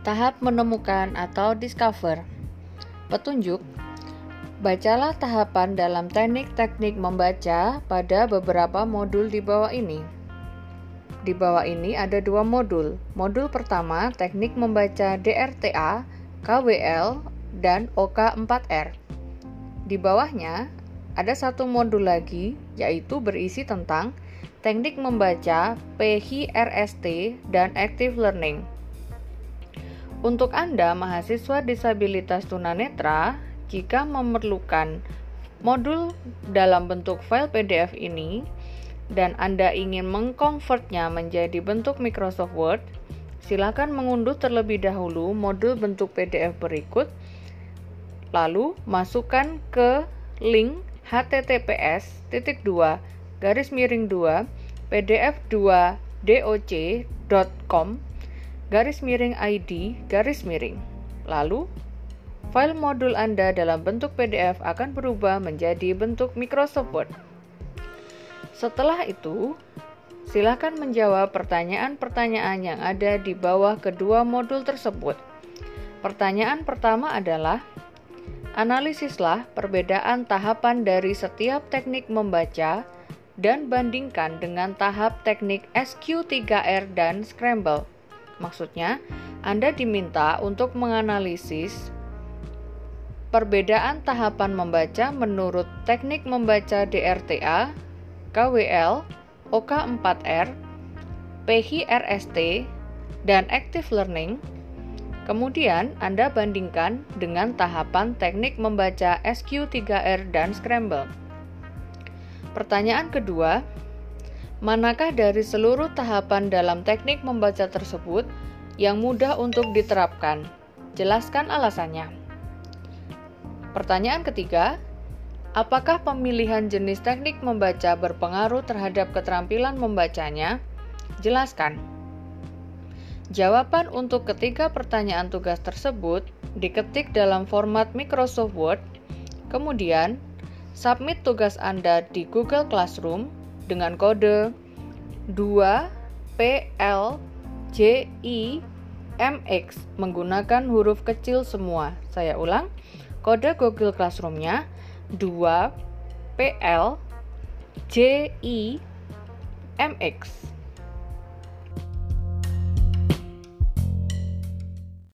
Tahap menemukan atau discover. Petunjuk: bacalah tahapan dalam teknik-teknik membaca pada beberapa modul di bawah ini. Di bawah ini ada 2 modul. Modul pertama, teknik membaca DRTA, KWL, dan OK4R. Di bawahnya, ada 1 modul lagi, yaitu berisi tentang teknik membaca PHRST dan Active Learning. Untuk Anda, mahasiswa disabilitas tunanetra, jika memerlukan modul dalam bentuk file PDF ini, dan Anda ingin mengkonvertnya menjadi bentuk Microsoft Word, silakan mengunduh terlebih dahulu modul bentuk PDF berikut, lalu masukkan ke link https://pdf2.doc.com/id/. Lalu, file modul Anda dalam bentuk PDF akan berubah menjadi bentuk Microsoft Word. Setelah itu, silakan menjawab pertanyaan-pertanyaan yang ada di bawah kedua modul tersebut. Pertanyaan pertama adalah, analisislah perbedaan tahapan dari setiap teknik membaca dan bandingkan dengan tahap teknik SQ3R dan Scramble. Maksudnya, Anda diminta untuk menganalisis perbedaan tahapan membaca menurut teknik membaca DRTA, KWL, OK4R, PHRST, dan Active Learning. Kemudian, Anda bandingkan dengan tahapan teknik membaca SQ3R dan Scramble. Pertanyaan kedua, manakah dari seluruh tahapan dalam teknik membaca tersebut yang mudah untuk diterapkan? Jelaskan alasannya. Pertanyaan ketiga, apakah pemilihan jenis teknik membaca berpengaruh terhadap keterampilan membacanya? Jelaskan. Jawaban untuk ketiga pertanyaan tugas tersebut diketik dalam format Microsoft Word, kemudian submit tugas Anda di Google Classroom dengan kode 2PLJIMX menggunakan huruf kecil semua. Saya ulang, kode Google Classroom-nya 2PLJIMX.